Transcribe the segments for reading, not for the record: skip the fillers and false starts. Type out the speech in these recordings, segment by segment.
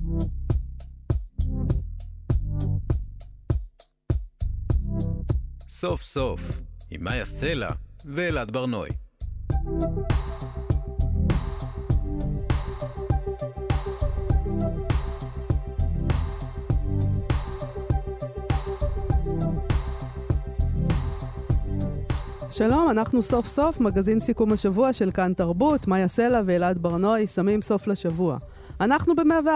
סוף סוף, עם מאיה סלע ואלעד ברנועי. שלום, אנחנו סוף סוף, מגזין סיכום השבוע של כאן תרבות, מאיה סלע ואלעד ברנועי, שמים סוף לשבוע. אנחנו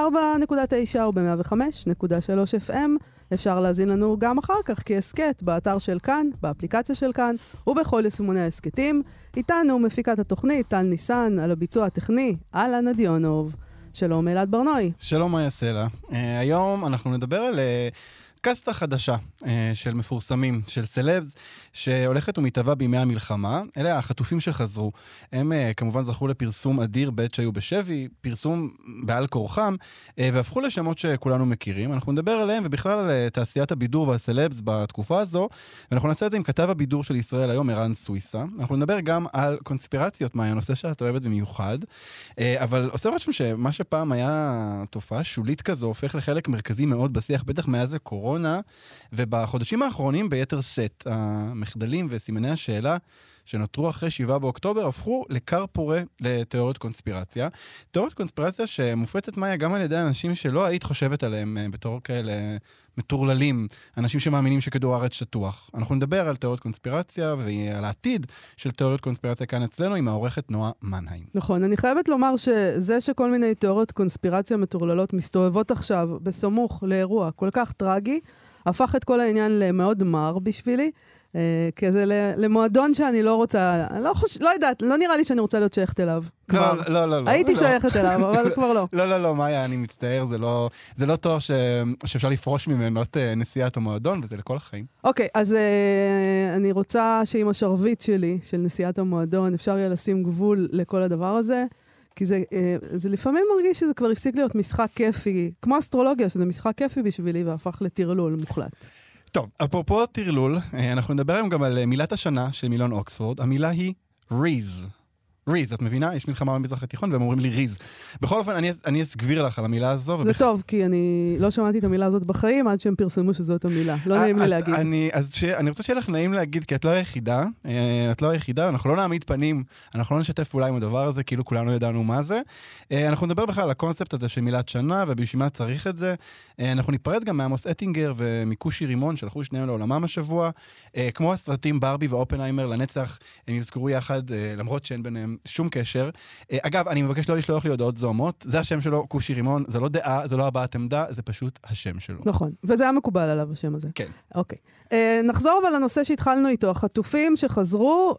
ב-104.9 או ב-105.3 FM, אפשר להזין לנו גם אחר כך כעסקט באתר של כאן, באפליקציה של כאן, ובכל יישומוני העסקטים. איתנו מפיקת התוכנית, טל ניסן, על הביצוע הטכני, אלן אדיונוב. שלום, אלעד ברנועי. שלום, מאיה סלע. היום אנחנו נדבר על קסטה חדשה של מפורסמים, של סלבס, שהולכת ומתהווה בימי המלחמה. אלה החטופים שחזרו. הם כמובן זכו לפרסום אדיר בעת שהיו בשבי, פרסום בעל כורחם, והפכו לשמות שכולנו מכירים. אנחנו נדבר עליהם ובכלל על תעשיית הבידור והסלבס בתקופה הזו, ואנחנו נעשה את זה עם כתב הבידור של ישראל היום, ערן סוויסה. אנחנו נדבר גם על קונספירציות, מה הנושא שאת אוהבת במיוחד, אבל עושה רושם שמה שפעם היה תופעה שולית כזו, הופך לחלק מרכזי מאוד בשיח, בטח מאז הקורונה, ובחודשים האחרונים ביתר סט, המחדלים וסימני השאלה שנותרו אחרי 7 באוקטובר הפכו לקר פורה לתיאוריות קונספירציה. תיאוריות קונספירציה שמופצת מאיה גם על ידי אנשים שלא היית חושבת עליהם בתור כאלה מטורללים, אנשים שמאמינים שכדור הארץ שטוח. אנחנו נדבר על תיאוריות קונספירציה ועל העתיד של תיאוריות קונספירציה כאן אצלנו עם העורכת נועה מנהיים. נכון, אני חייבת לומר שזה שכל מיני תיאוריות קונספירציה מטורללות מסתובבות עכשיו בסמוך לאירוע כל כך טרגי, הפך את כל העניין למאוד מר בשבילי, כי זה למועדון שאני לא רוצה, לא יודעת, לא נראה לי שאני רוצה להיות שייכת אליו. לא. הייתי שייכת אליו, אבל כבר לא. לא, מאיה, אני מצטער, זה לא תואר שאפשר לפרוש ממנו את נשיאת המועדון, וזה לכל החיים. אוקיי, אז אני רוצה שעם השרביט שלי, של נשיאת המועדון, אפשר יהיה לשים גבול לכל הדבר הזה, כי זה לפעמים מרגיש שזה כבר הפסיק להיות משחק כיפי, כמו אסטרולוגיה, שזה משחק כיפי בשבילי, והפך לטרלול מוחלט. טוב, אפרופו טרלול, אנחנו נדבר היום גם על מילת השנה של מילון אוקספורד. המילה היא ריז. ריז, את מבינה? יש מלחמה במזרח התיכון והם אומרים לי ריז. בכל אופן, אני אסגביר לך על המילה הזו. זה טוב, כי אני לא שמעתי את המילה הזאת בחיים עד שהם פרסמו שזאת המילה. לא נעים לי להגיד. אני רוצה שיהיה לך נעים להגיד, כי את לא היחידה. את לא היחידה, אנחנו לא נעמיד פנים, אנחנו לא נשתף אולי עם הדבר הזה, כאילו כולנו ידענו מה זה. אנחנו נדבר בכלל על הקונספט הזה של מילת שנה, ובשביל מה צריך את זה. אנחנו ניפרד גם מעמוס אטינגר ומקושי רימון, שלחו שניהם לעולמם השבוע. כמו הסרטים ברבי ואופנהיימר, לנצח הם יזכרו יחד, למרות שאין ביניהם שום קשר. אגב, אני מבקש לא לשלוח לי הודעות זוהמות. זה השם שלו, קושי רימון. זה לא דעה, זה לא הבעת עמדה, זה פשוט השם שלו. נכון. וזה היה מקובל עליו, השם הזה. כן. אוקיי. נחזור אבל לנושא שהתחלנו איתו, החטופים שחזרו,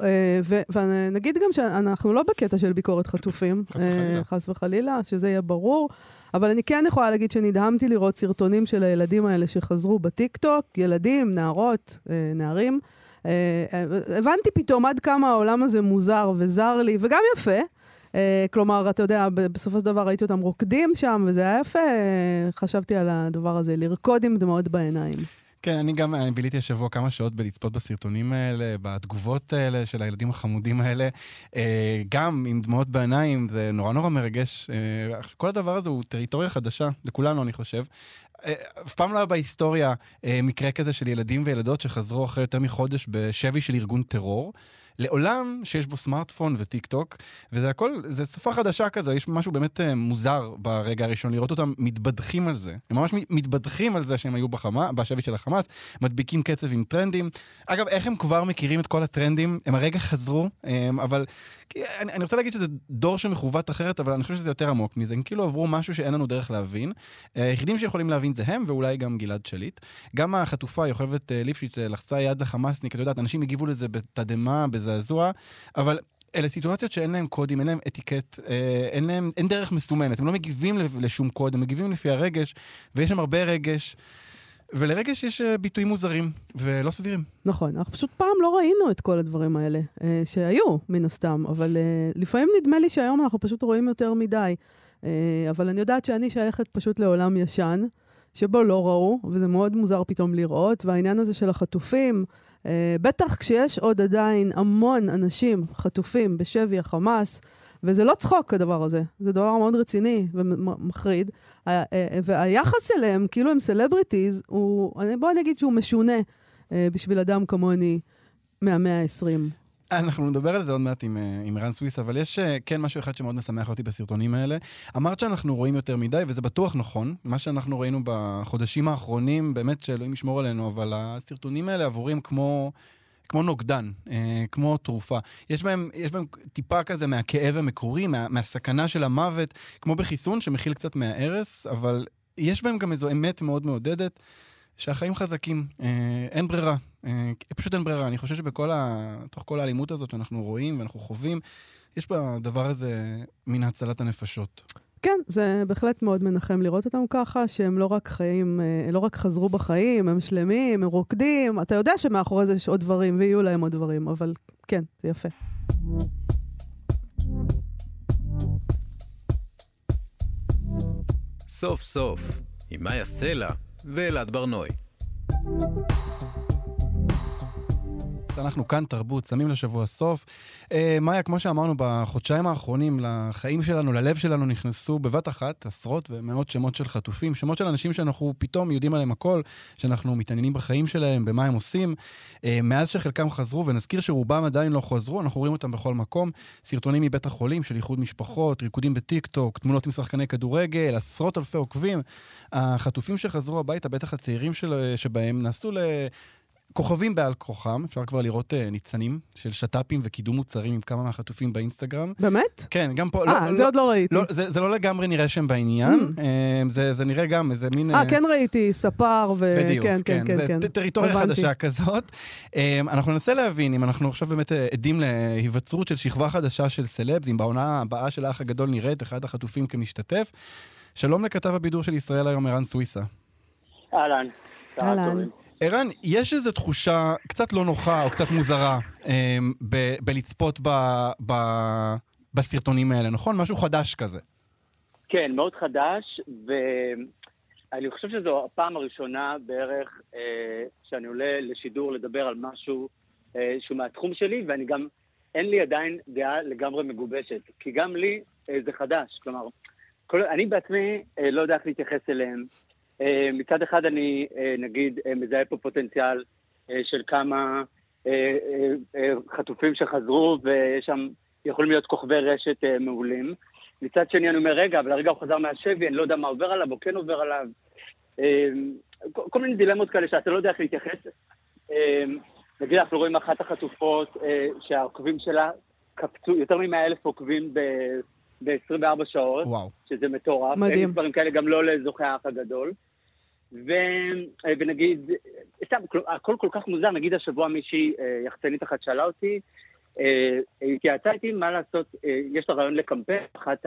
ונגיד גם שאנחנו לא בקטע של ביקורת חטופים, חס וחלילה, שזה יהיה ברור, אבל אני כן יכולה להגיד שנדהמתי לראות סרטונים של הילדים האלה שחזרו בטיקטוק, ילדים, נערות, נערים, הבנתי פתאום עד כמה העולם הזה מוזר וזר לי, וגם יפה. כלומר, אתה יודע, בסופו של דבר ראיתי אותם רוקדים שם, וזה היה יפה. חשבתי על הדבר הזה, לרקוד עם דמעות בעיניים. כן, אני גם ביליתי השבוע כמה שעות בלצפות בסרטונים האלה, בתגובות האלה של הילדים החמודים האלה, גם עם דמעות בעיניים, זה נורא נורא מרגש. כל הדבר הזה הוא טריטוריה חדשה, לכולנו אני חושב. אף פעם לא היה בהיסטוריה מקרה כזה של ילדים וילדות שחזרו אחרי יותר מחודש בשבי של ארגון טרור, לעולם שיש בו סמארטפון וטיק-טוק, וזה הכל, זה שפה חדשה כזו, יש משהו באמת מוזר ברגע הראשון, לראות אותם מתבדחים על זה. הם ממש מתבדחים על זה שהם היו בשבי של החמאס, מדביקים קצב עם טרנדים. אגב, איך הם כבר מכירים את כל הטרנדים? הם הרגע חזרו, אבל אני רוצה להגיד שזה דור שמחוות אחרת, אבל אני חושב שזה יותר עמוק מזה. הם כאילו עברו משהו שאין לנו דרך להבין. היחידים שיכולים להבין זה הם, ואולי גם גלעד שליט. גם החטופה, יוכבת ליפשיץ, לחצה יד לחמאסניק, אתה יודעת, אנשים הגיבו לזה בתדמה, בזעזוע, אבל אלה סיטואציות שאין להם קודים, אין להם אתיקט, אין דרך מסומנת. הם לא מגיבים לשום קוד, הם מגיבים לפי הרגש, ויש שם הרבה רגש. ולרגש יש ביטויים מוזרים ולא סבירים. נכון, אנחנו פשוט פעם לא ראינו את כל הדברים האלה, שהיו מן הסתם, אבל לפעמים נדמה לי שהיום אנחנו פשוט רואים יותר מדי, אבל אני יודעת שאני שייכת פשוט לעולם ישן, שבו לא ראו, וזה מאוד מוזר פתאום לראות, והעניין הזה של החטופים, בטח כשיש עוד עדיין המון אנשים חטופים בשבי החמאס, וזה לא צחוק הדבר הזה, זה דבר מאוד רציני ומחריד, והיחס אליהם, כאילו הם סלבריטיז, בוא נגיד שהוא משונה בשביל אדם כמוני מהמאה ה-20. אנחנו נדבר על זה עוד מעט עם ערן סוויס, אבל יש כן משהו אחד שמאוד משמח אותי בסרטונים האלה. אמרת שאנחנו רואים יותר מדי, וזה בטוח נכון. מה שאנחנו ראינו בחודשים האחרונים, באמת שאלוהים ישמור עלינו, אבל הסרטונים האלה עבורים כמו נוגדן, כמו תרופה. יש בהם טיפה כזה מהכאב המקורי, מהסכנה של המוות, כמו בחיסון שמכיל קצת מהערס, אבל יש בהם גם איזו אמת מאוד מעודדת, שהחיים חזקים, אין ברירה. פשוט אין ברירה. אני חושב תוך כל האלימות הזאת שאנחנו רואים ואנחנו חווים, יש בדבר הזה מן הצלת הנפשות. כן, זה בהחלט מאוד מנחם לראות אותם ככה, שהם לא רק חיים, לא רק חזרו בחיים, הם שלמים, הם רוקדים. אתה יודע שמאחורי זה יש עוד דברים, ויהיו להם עוד דברים, אבל כן, זה יפה. סוף סוף, עם מאיה סלע ואלעד ברנוי. אנחנו כאן תרבות, שמים לשבוע סוף. מאיה, כמו שאמרנו, בחודשיים האחרונים לחיים שלנו, ללב שלנו נכנסו בבת אחת עשרות ומאות שמות של חטופים, שמות של אנשים שאנחנו פתאום יודעים עליהם הכל, שאנחנו מתעניינים בחיים שלהם, במה הם עושים. מאז שחלקם חזרו, ונזכיר שרובם עדיין לא חזרו, אנחנו רואים אותם בכל מקום, סרטונים מבית החולים של איחוד משפחות, ריקודים בטיק טוק, תמונות עם שחקני כדורגל, עשרות אלפי עוקבים. החטופים שחזרו הביתה, בטח הצעירים שבהם, נעשו כוכבים בעל כוחם, אפשר כבר לראות ניצנים של שטאפים וקידום מוצרים עם כמה מהחטופים באינסטגרם. באמת? כן, גם פה... זה עוד לא ראיתי. זה לא לגמרי נראה שם בעניין, זה נראה גם איזה מין... כן ראיתי, ספר בדיוק, כן. זה טריטוריה חדשה כזאת. אנחנו ננסה להבין, אם אנחנו עכשיו באמת עדים להיווצרות של שכבה חדשה של סלבס, אם בעונה הבאה של האח הגדול נראית אחד החטופים כמשתתף. שלום לכתב הבידור של ישראל היום, ערן סוויסה. אהלן. ערן, יש איזו תחושה קצת לא נוחה או קצת מוזרה בלצפות בסרטונים האלה, נכון? משהו חדש כזה. כן, מאוד חדש, ואני חושב שזו הפעם הראשונה בערך שאני עולה לשידור לדבר על משהו שהוא מהתחום שלי, ואני גם, אין לי עדיין דעה לגמרי מגובשת, כי גם לי זה חדש, כלומר, אני בעצמי לא יודע איך להתייחס אליהם. מצד אחד אני, נגיד, מזהה פה פוטנציאל של כמה חטופים שחזרו, ויש שם, יכולים להיות כוכבי רשת מעולים. מצד שני אני אומר, רגע, אבל הרגע הוא חזר מהשבי, אני לא יודע מה עובר עליו או כן עובר עליו. כל מיני דילמות כאלה שאתה לא יודע איך להתייחס. נגיד, אנחנו רואים אחת החטופות שהעוקבים שלה קפצו, יותר מ100,000 עוקבים ב-24 שעות, וואו. שזה מטורף. מדהים. אין דברים כאלה גם לא לזוכי האח הגדול. ונגיד, הכל כל כך מוזר, נגיד השבוע מישהי יחצנית אחת שאלה אותי, התייעצה איתי מה לעשות, יש לה רעיון לקמפיין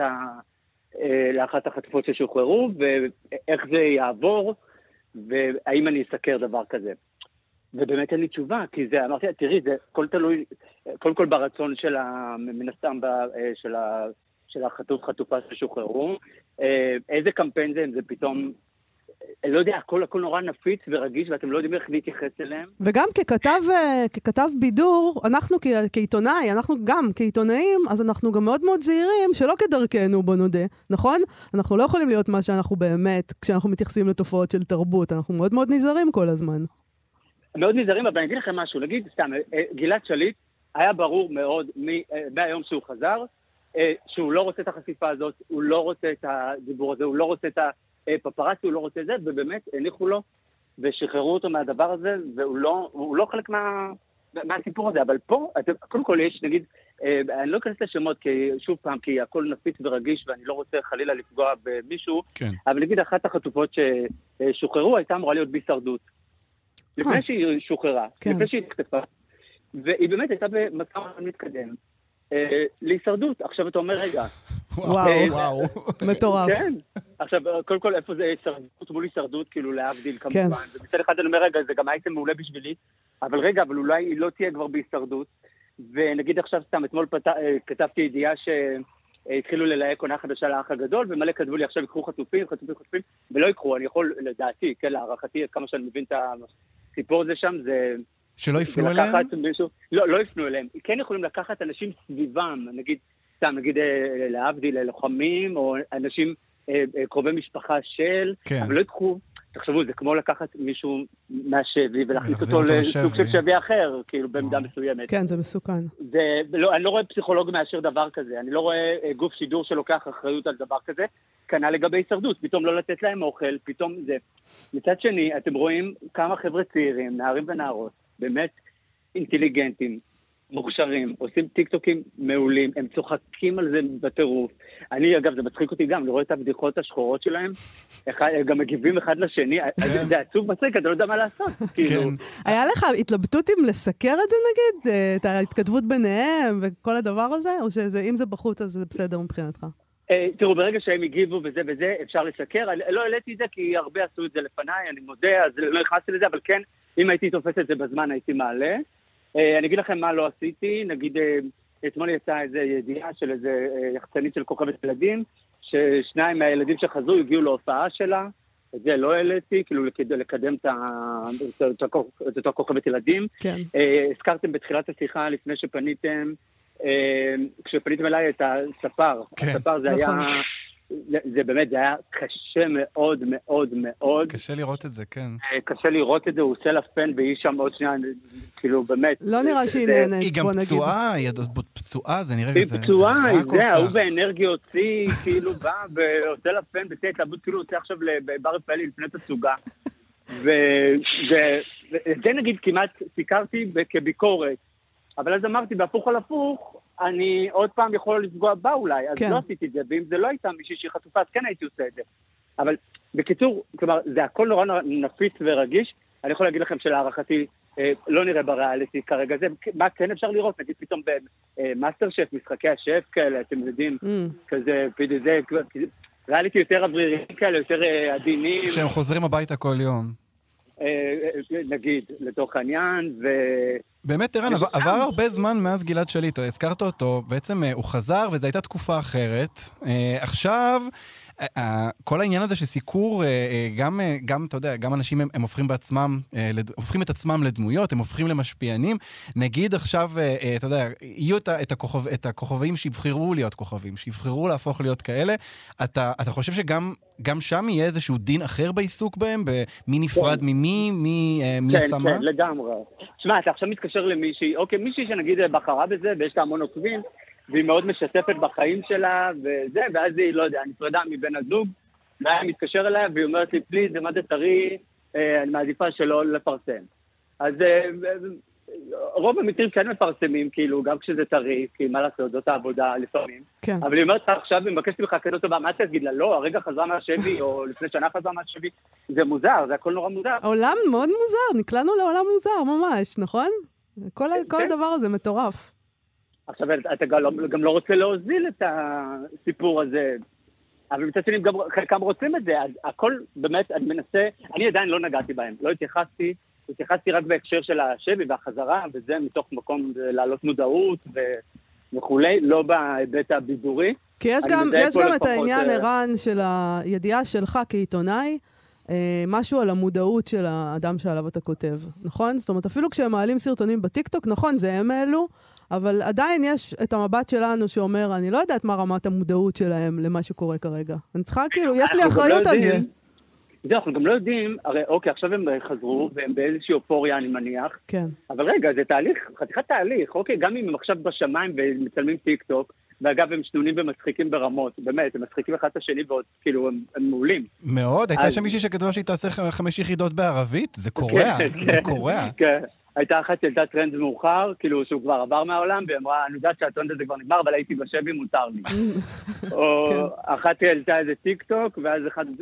לאחת החטופות ששוחררו, ואיך זה יעבור, והאם אני אסקר דבר כזה. ובאמת אין לי תשובה, כי זה, אמרתי, תראי, זה כל תלוי, קודם כל ברצון של מן הסתם של החטופה ששוחררו, איזה קמפיין זה, אם זה פתאום, לא יודע, הכל נורא נפיץ ורגיש, ואתם לא יודעים איך להתייחס אליהם. וגם ככתב בידור, אנחנו כעיתונאי, אנחנו גם כעיתונאים, אז אנחנו גם מאוד מאוד זהירים, שלא כדרכנו בוא נודה, נכון? אנחנו לא יכולים להיות מה שאנחנו באמת, כשאנחנו מתייחסים לתופעות של תרבות, אנחנו מאוד מאוד נזהרים כל הזמן. מאוד נזהרים, אבל אני אגיד לכם משהו, נגיד, סתם, גלעד שליט היה ברור מאוד מהיום שהוא חזר, שהוא לא רוצה את החשיפה הזאת, הוא לא רוצה את הדיבור הזה, הוא לא רוצה את הפפרצי, הוא לא רוצה את זה, ובאמת הניחו לו ושחררו אותו מהדבר הזה, והוא לא חלק מהסיפור הזה. אבל פה, קודם כל יש, נגיד, אני לא אכנס לשמות, שוב פעם, כי הכל נפיץ ורגיש, ואני לא רוצה חלילה לפגוע במישהו, כן. אבל נגיד, אחת החטופות ששוחררו הייתה אמורה להיות בהישרדות. לפני שהיא שוחררה, כן. לפני שהיא התקפה, והיא באמת הייתה במצב מתקדם. להישרדות. עכשיו אתה אומר, רגע. וואו, מטורף. כן. עכשיו, קודם כל, איפה זה הישרדות מול הישרדות, כאילו להבדיל כמובן. ומצד אחד אני אומר, רגע, זה גם אייטם מעולה בשבילי, אבל רגע, אבל אולי היא לא תהיה כבר בהישרדות. ונגיד עכשיו סתם, אתמול כתבתי ידיעה שהתחילו ללהק עונה חדשה לאח הגדול, ומלא כתבו לי עכשיו יקחו חטופים, ולא יקחו, אני יכול, לדעתי, כן, להערכתי, כמה שאני מבין את הסיפור הזה שם, זה... שלא יפנו אליהם? לא יפנו אליהם. כן יכולים לקחת אנשים סביבם, נגיד, סתם נגיד להבדיל, ללוחמים, או אנשים קרובי משפחה של, אבל לא יקחו, תחשבו, זה כמו לקחת מישהו מהשבי ולהכניס אותו לסוג של שבי אחר, כאילו בעמדה מסוימת. כן, זה מסוכן. אני לא רואה פסיכולוג מאשר דבר כזה, אני לא רואה גוף שידור שלוקח אחריות על דבר כזה, כנ"ל לגבי הישרדות, פתאום לא לתת להם אוכל, פתאום זה. מצד שני, אתם רואים כמה חבר'ה צעירים, נערים ונערות, באמת אינטליגנטים, מוכשרים, עושים טיקטוקים מעולים, הם צוחקים על זה בטירוף. אני, אגב, זה מצחיק אותי גם, לראות את הבדיחות השחורות שלהם, גם מגיבים אחד לשני, זה עצוב מצחיק, אתה לא יודע מה לעשות. היה לך התלבטות אם לסקר את זה נגיד? את ההתכתבות ביניהם וכל הדבר הזה? או שאם זה בחוץ אז זה בסדר מבחינתך? תראו, ברגע שהם הגיבו וזה, אפשר לסקר. לא העליתי את זה כי הרבה עשו את זה לפניי, אני מודה, אז לא נכנסתי לזה, אבל כן, אם הייתי תופס את זה בזמן, הייתי מעלה. אני אגיד לכם מה לא עשיתי, נגיד, אתמול יצאה איזו ידיעה של איזה יחצנית של כוכבת ילדים, ששניים מהילדים שחזרו הגיעו להופעה שלה, את זה לא העליתי, כאילו לקדם את אותו כוכבת ילדים. כן. הזכרתם בתחילת השיחה לפני שפניתם, כשפניתם אליי את הספר. כן. הספר זה היה... זה באמת, זה היה קשה מאוד מאוד מאוד. קשה לראות את זה, כן. קשה לראות את זה, הוא עושה לפן באיש שם עוד שנייה, כאילו באמת. לא נראה שהיא נהנית, היא גם פצועה, היא פצועה, זה נראה כזה. היא פצועה, זה, הוא באנרגיה הוציא, כאילו בא ועושה לפן בתי התלבות, כאילו הוא עושה עכשיו לבר רפאלי לפני תצוגה. וזה נגיד כמעט סיקרתי כביקורת, אבל אז אמרתי, בהפוך על הפוך, אני עוד פעם יכול לפגוע בה אולי, אז לא עשיתי את זה, ואם זה לא הייתה מישהי שהיא חטופה, אז כן הייתי עושה את זה. אבל בקיצור, כלומר, זה הכל נורא נפיץ ורגיש, אני יכול להגיד לכם שלהערכתי לא נראה בריאליטי כרגע, זה מה כן אפשר לראות, נגיד פתאום במאסטר שף, משחקי השף כאלה, אתם יודעים, כזה, זה ריאליטי יותר אוורירי כאלה, יותר עדינים. שהם חוזרים הביתה כל יום. נגיד, לתוך העניין, באמת, ערן, עבר הרבה זמן מאז גלעד שליט, הזכרת אותו, בעצם הוא חזר, וזו הייתה תקופה אחרת. עכשיו, כל העניין הזה שסיקור, גם, אתה יודע, גם אנשים הם הופכים בעצמם, הופכים את עצמם לדמויות, הם הופכים למשפיענים. נגיד עכשיו, אתה יודע, יהיו את הכוכבים שיבחרו להיות כוכבים, שיבחרו להפוך להיות כאלה. אתה חושב שגם שם יהיה איזשהו דין אחר בעיסוק בהם, במי נפרד ממי עשה מה? כן, לגמרי. שמע, אתה עכשיו מתקשר למישהי, אוקיי, מישהי שנגיד בחרה בזה, ויש לה המון עוקבים, והיא מאוד משתפת בחיים שלה, וזה, ואז היא, לא יודע, נפרדה מבן הזוג, והיא מתקשר אליה, והיא אומרת לי, פליז, זה מה זה טרי, אני מעדיפה שלא לפרסם. אז רוב המקרים כן מפרסמים, כאילו, גם כשזה טרי, כי מה לעשות, זאת העבודה לפעמים. כן. אבל היא אומרת לך עכשיו, היא מבקשת ממך כזאת טובה, מה תגיד לה? לא, הרגע חזרה מהשבי, או לפני שנה חזרה מהשבי, זה מוזר, זה הכל נורא מוזר. העולם מאוד מוזר, נקלענו לעולם מוזר, ממש, נכון? כל הדבר הזה מטורף. עכשיו, אתה גם לא רוצה להוזיל את הסיפור הזה, אבל מצד שני, חלקם רוצים את זה, אז הכל באמת, אני מנסה, אני עדיין לא נגעתי בהם, לא התייחסתי רק בהקשר של השבי והחזרה, וזה מתוך מקום להעלות מודעות וכולי, לא בהיבט הבידורי. כי יש גם את העניין, ערן, של הידיעה שלך כעיתונאי, משהו על המודעות של האדם שעליו אתה כותב, נכון? זאת אומרת, אפילו כשהם מעלים סרטונים בטיקטוק, נכון, זה הם אלו, אבל עדיין יש את המבט שלנו שאומר, אני לא יודעת מה רמת המודעות שלהם למה שקורה כרגע. אני צריכה, כאילו, יש לי אחריות על זה. זה, אנחנו גם לא יודעים, הרי אוקיי, עכשיו הם חזרו, והם באיזושהי אופוריה, אני מניח. כן. אבל רגע, זה תהליך, חתיכת תהליך, אוקיי, גם אם הם עכשיו בשמיים ומצלמים טיקטוק, ואגב, הם שנונים ומצחיקים ברמות, באמת, הם מצחיקים אחד את השני ועוד, כאילו, הם מעולים. מאוד, הייתה שם מישהי שכתבה שהיא תעשה 5 יחידות בערבית, זה קורע, זה קורע. כן, הייתה אחת שהייתה טרנד מאוחר, כאילו שהוא כבר עבר מהעולם, והיא אמרה, אני יודעת שהטרנד הזה כבר נגמר, אבל הייתי בשבי, מותר לי. או אחת העלתה איזה טיקטוק, ואז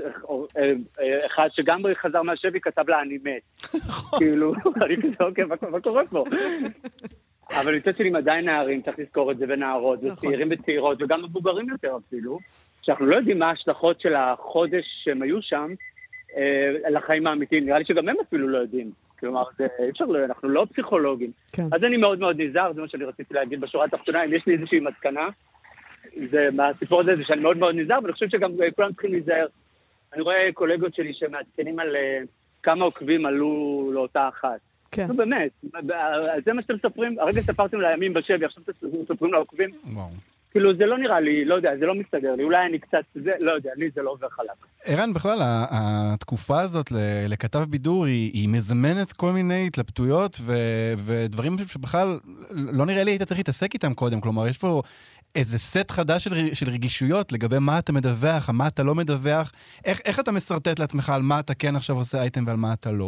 אחד שגם חזר מהשבי כתב לה, אני מת. כאילו, אני כזה, אוקיי, מה קורה פה? אבל מצד שלי עדיין נערים, צריך לזכור את זה ונערות, וצעירים וצעירות, וגם מבוגרים יותר אפילו, שאנחנו לא יודעים מה ההשלכות של החודש שהם היו שם, לחיים האמיתיים. נראה לי שגם הם אפילו לא יודעים. כלומר, אנחנו לא פסיכולוגים. אז אני מאוד מאוד נזהר, זה מה שאני רציתי להגיד בשורה התחתונה, אם יש לי איזושהי מתקנה, זה מהסיפור הזה, זה שאני מאוד מאוד נזהר, ואני חושב שגם כולם צריכים להיזהר. אני רואה קולגות שלי שמעדכנים על כמה עוקבים עלו לאותה אחת. כן. נו באמת, זה מה שאתם מספרים, הרגע ספרתם לימים בשבי, עכשיו אתם מספרים לעוקבים. וואו. כאילו זה לא נראה לי, לא יודע, זה לא מסתדר לי, אולי אני קצת, לא יודע, לי זה לא עובר חלק. ערן, בכלל, התקופה הזאת לכתב בידור היא מזמנת כל מיני התלבטויות ודברים שבכלל לא נראה לי היית צריך להתעסק איתם קודם, כלומר, יש פה איזה סט חדש של רגישויות לגבי מה אתה מדווח, מה אתה לא מדווח, איך אתה מסרטט לעצמך על מה אתה כן עכשיו עושה אייטם ועל מה אתה לא?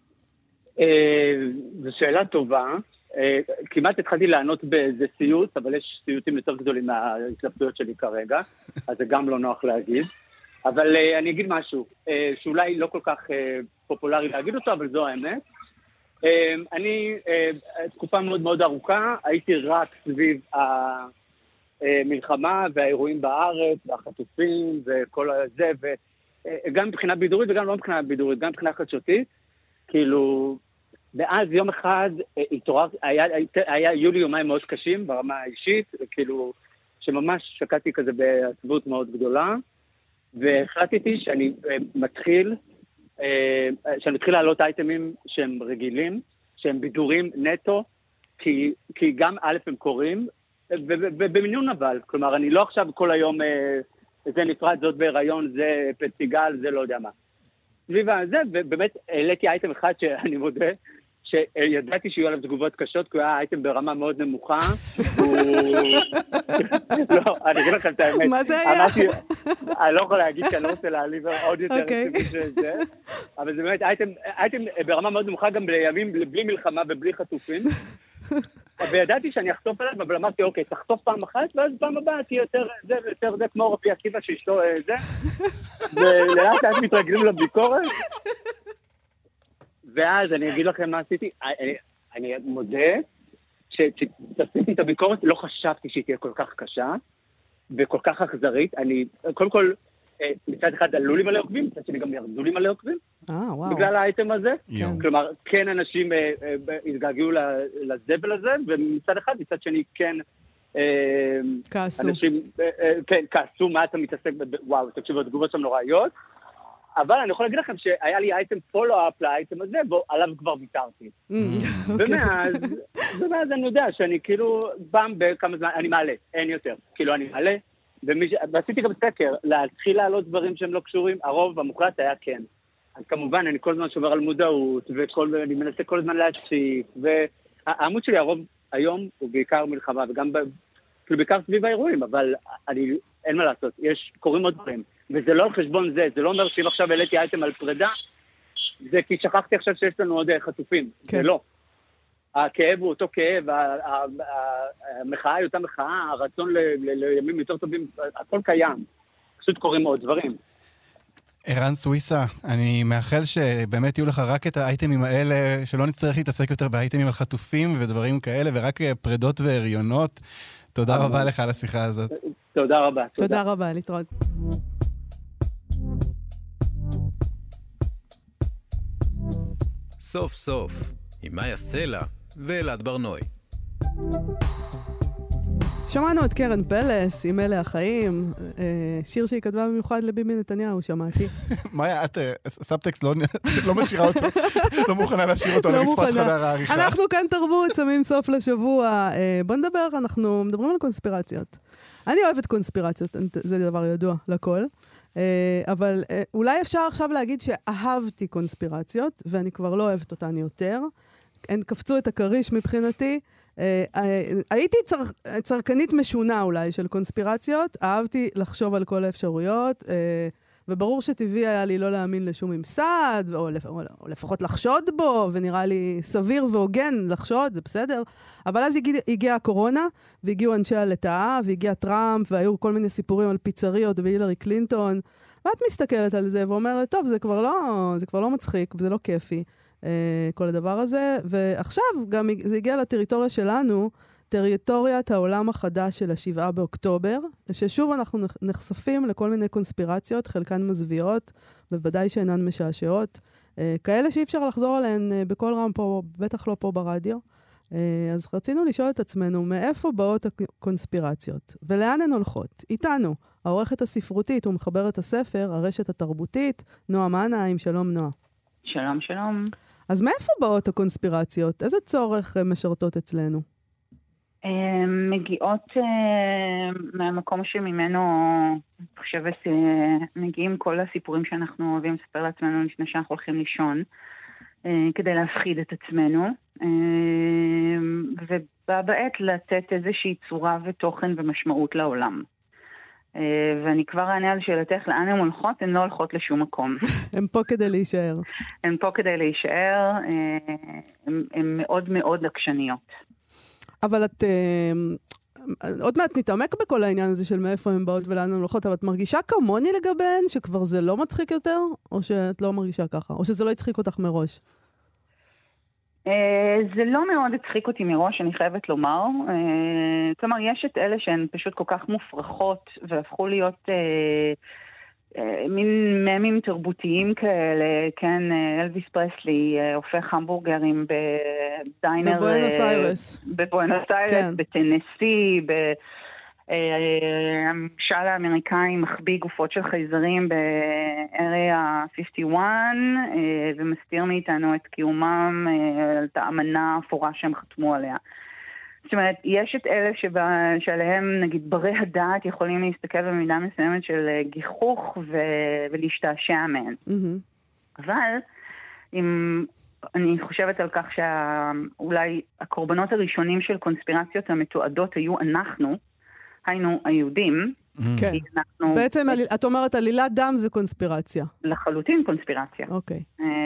זו שאלה טובה. כמעט התחלתי לענות באיזה סיוט, אבל יש סיוטים יותר גדולים מההתלבטויות שלי כרגע, אז זה גם לא נוח להגיד. אבל אני אגיד משהו, שאולי לא כל כך פופולרי להגיד אותו, אבל זו האמת. אני תקופה מאוד מאוד ארוכה, הייתי רק סביב המלחמה והאירועים בארץ, והחטופים וכל זה, וגם מבחינה בידורית וגם לא מבחינה בידורית, גם מבחינה חדשותית, כאילו... ואז יום אחד היו לי יומיים מאוד קשים ברמה האישית, כאילו שממש שקעתי כזה בעצבות מאוד גדולה, והחלטתי שאני מתחיל לעלות אייטמים שהם רגילים, שהם בידורים נטו, כי גם א' הם קוראים, ובמינון אבל, כלומר אני לא עכשיו כל היום זה נפרד, זאת בהיריון, זה פסטיגל, זה לא יודע מה. סביב הזה, ובאמת העליתי אייטם אחד שאני מודה, שידעתי שיהיו עליו תגובות קשות, כי הוא היה אייטם ברמה מאוד נמוכה. לא, אני אגיד לכם את האמת. מה זה היה? אני לא יכול להגיד שאני לא רוצה להעליב עוד יותר רציני שזה, אבל זה באמת אייטם ברמה מאוד נמוכה, גם בימים בלי מלחמה ובלי חטופים. וידעתי שאני אחטוף עליו, אבל אמרתי, אוקיי, תחטוף פעם אחת, ואז פעם הבאה תהיה יותר זה, כמו רבי עקיבא שאשתו זה, ולאט לאט מתרגלים לביקורת. ואז אני אגיד לכם מה עשיתי, אני מודה שתעשיתי את הביקורת, לא חשבתי שהיא תהיה כל כך קשה, וכל כך אכזרית. אני, קודם כל, מצד אחד עלו לי מלא עוקבים, מצד שני גם ירדו לי מלא עוקבים, בגלל האייטם הזה. כלומר, כן אנשים התגעגעו לזבל הזה, ומצד אחד, מצד שני כן... כעסו. אנשים, כן, כעסו, מה אתה מתעסק, וואו, תקשיבו, התגובות שם נוראיות. אבל אני יכול להגיד לכם שהיה לי אייטם פולו-אפ לאייטם הזה, ועליו כבר ויתרתי. ומאז אני יודע שאני כאילו, פעם בכמה זמן, אני מעלה, אין יותר. כאילו אני מעלה, ועשיתי גם סקר, להתחיל לעלות דברים שהם לא קשורים, הרוב המוחלט היה כן. אז כמובן, אני כל הזמן שומר על מודעות, ואני מנסה כל הזמן להשיק, והעמוד שלי הרוב היום הוא בעיקר מלחמה, וגם כאילו בעיקר סביב האירועים, אבל אין מה לעשות, קוראים עוד דברים. וזה לא על חשבון זה, זה לא אומר שאם עכשיו העליתי אייטם על פרידה, זה כי שכחתי עכשיו שיש לנו עוד חטופים, זה לא. הכאב הוא אותו כאב, המחאה היא אותה מחאה, הרצון לימים יותר טובים, הכל קיים, פשוט קוראים עוד דברים. ערן סוויסה, אני מאחל שבאמת יהיו לך רק את האייטמים האלה, שלא נצטרך להתעסק יותר באייטמים על חטופים ודברים כאלה, ורק פרידות והריונות. תודה רבה לך על השיחה הזאת. תודה רבה. תודה רבה, להתראות. סוף סוף, עם מאיה סלע ואלעד ברנוי. שמענו את קרן פלס, עם אלה החיים, שיר שהיא כתבה במיוחד לביבי נתניהו, שמעתי. מאיה, את סאבטקסט לא משאירה אותו, לא מוכנה להשאיר אותו לרצפת חדר העריכה. אנחנו כאן תרבות, שמים סוף לשבוע. בוא נדבר, אנחנו מדברים על קונספירציות. אני אוהבת קונספירציות, זה דבר ידוע לכל. אבל אולי אפשר עכשיו להגיד שאהבתי קונספירציות, ואני כבר לא אוהבת אותן יותר. הן קפצו את הקריש מבחינתי. הייתי צרכנית משונה אולי של קונספירציות, אהבתי לחשוב על כל האפשרויות, וברור שטבעי היה לי לא להאמין לשום ממסד, או לפחות לחשוד בו, ונראה לי סביר והוגן לחשוד, זה בסדר. אבל אז הגיעה הקורונה, והגיעו אנשי הלטאה, והגיע טראמפ, והיו כל מיני סיפורים על פיצריות והילרי קלינטון, ואת מסתכלת על זה ואומרת, טוב, זה כבר לא מצחיק, וזה לא כיפי, כל הדבר הזה. ועכשיו גם זה הגיע לטריטוריה שלנו, טריטוריית העולם החדש של 7 באוקטובר, ששוב אנחנו נחשפים לכל מיני קונספירציות, חלקן מזוויעות, בוודאי שאינן משעשעות, כאלה שאי אפשר לחזור עליהן בכל רם פה, בטח לא פה ברדיו. אז רצינו לשאול את עצמנו, מאיפה באות הקונספירציות? ולאן הן הולכות? איתנו, העורכת הספרותית ומחברת הספר, הרשת התרבותית, נועה מנהיים, שלום נועה. שלום, שלום. אז מאיפה באות הקונספירציות? איזה צורך משרתות אצלנו? מגיעות מהמקום שממנו, אני חושבת, מגיעים כל הסיפורים שאנחנו אוהבים לספר לעצמנו לפני שאנחנו הולכים לישון, כדי להפחיד את עצמנו, ובעת לתת איזושהי צורה ותוכן ומשמעות לעולם. ואני כבר אענה על שאלתך, לאן הן הולכות? הן לא הולכות לשום מקום. הן פה כדי להישאר. הן פה כדי להישאר, הן מאוד מאוד עקשניות. אבל את... עוד מעט נתעמק בכל העניין הזה של מאיפה הן באות ולאן הן הולכות, אבל את מרגישה כמוני לגביהן שכבר זה לא מצחיק יותר? או שאת לא מרגישה ככה? או שזה לא יצחיק אותך מראש? זה לא מאוד הצחיק אותי מראש, אני חייבת לומר. כלומר, יש את אלה שהן פשוט כל כך מופרכות והפכו להיות מין ממים תרבותיים כאלה, כן, אלוויס פרסלי הופך המבורגרים בדיינר... בבואנוס איירס. בבואנוס איירס, כן. בטנסי, הממשל האמריקאי מחביא גופות של חייזרים באריה 51 ומסתיר מאיתנו את קיומם על האמנה האפורה שהם חתמו עליה. זאת אומרת, יש את אלה שעליהם, נגיד, ברי הדעת יכולים להסתכל במידה מסוימת של גיחוך ולהשתעשע מהן. אבל אם אני חושבת על כך שאולי הקורבנות הראשונים של קונספירציות המתועדות היו אנחנו, היינו היהודים. כן. בעצם את אומרת עלילת דם זה קונספירציה. לחלוטין קונספירציה. אוקיי.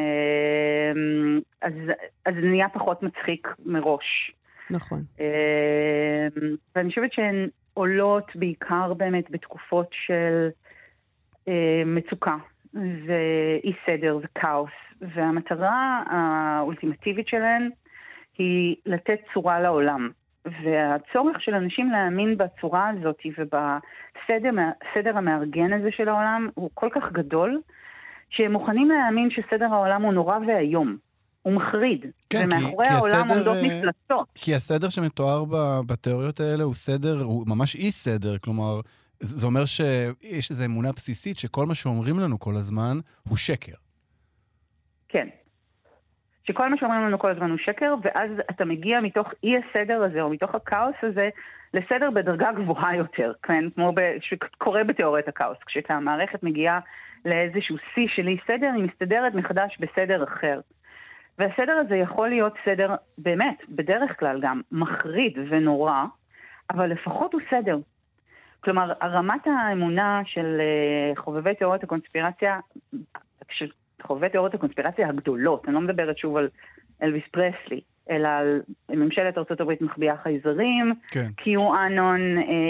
אז זה נהיה פחות מצחיק מראש. נכון. ואני חושבת שהן עולות בעיקר באמת בתקופות של מצוקה ואי סדר וכאוס. והמטרה האולטימטיבית שלהן היא לתת צורה לעולם. והצורך של אנשים להאמין בצורה הזאת ובסדר המארגן הזה של העולם הוא כל כך גדול, שהם מוכנים להאמין שסדר העולם הוא נורא והיום. הוא מחריד. כן, ומאחורי העולם עומדות מפלצות. כי הסדר שמתואר בתיאוריות האלה הוא סדר, הוא ממש אי סדר, כלומר, זה אומר שיש איזו אמונה בסיסית שכל מה שאומרים לנו כל הזמן הוא שקר. כן. שכל מה שאומרים לנו כל הזמן הוא שקר, ואז אתה מגיע מתוך אי הסדר הזה, או מתוך הכאוס הזה, לסדר בדרגה גבוהה יותר, כן? כמו שקורה בתיאוריית הכאוס. כשהמערכת מגיעה לאיזשהו שיא של אי סדר, היא מסתדרת מחדש בסדר אחר. והסדר הזה יכול להיות סדר, באמת, בדרך כלל גם, מחריד ונורא, אבל לפחות הוא סדר. כלומר, רמת האמונה של חובבי תיאוריות הקונספירציה, חובבי תיאוריות הקונספירציה הגדולות, אני לא מדברת שוב על אלוויס פרסלי, אלא על ממשלת ארצות הברית מחביאה חייזרים, כן. קיו אנון,